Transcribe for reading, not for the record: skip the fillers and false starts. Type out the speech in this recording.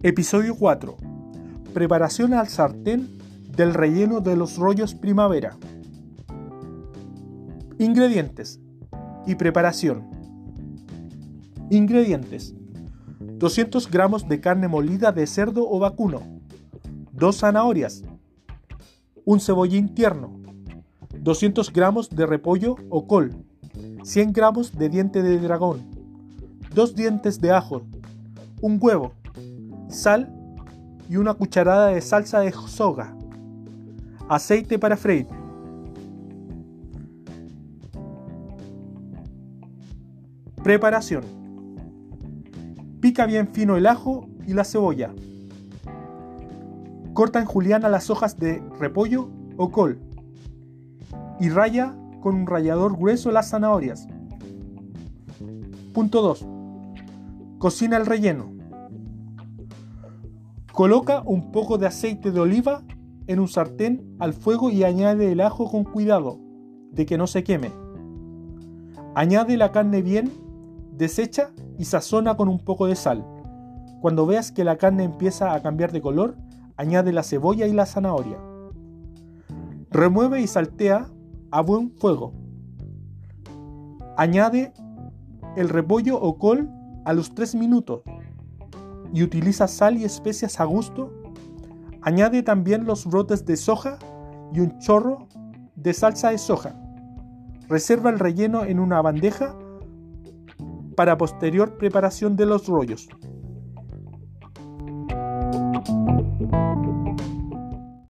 Episodio 4. Preparación al sartén del relleno de los rollos primavera. Ingredientes y preparación. Ingredientes: 200 gramos de carne molida de cerdo o vacuno, 2 zanahorias, un cebollín tierno, 200 gramos de repollo o col, 100 gramos de diente de dragón, 2 dientes de ajo, un huevo, sal y una cucharada de salsa de soja, aceite para freír. Preparación: pica bien fino el ajo y la cebolla. Corta en juliana las hojas de repollo o col y raya con un rallador grueso las zanahorias. Punto 2. Cocina el relleno. Coloca un poco de aceite de oliva en un sartén al fuego y añade el ajo con cuidado de que no se queme. Añade la carne bien deshecha y sazona con un poco de sal. Cuando veas que la carne empieza a cambiar de color, añade la cebolla y la zanahoria. Remueve y saltea a buen fuego. Añade el repollo o col a los 3 minutos y utiliza sal y especias a gusto. Añade también los brotes de soja y un chorro de salsa de soja. Reserva el relleno en una bandeja para posterior preparación de los rollos.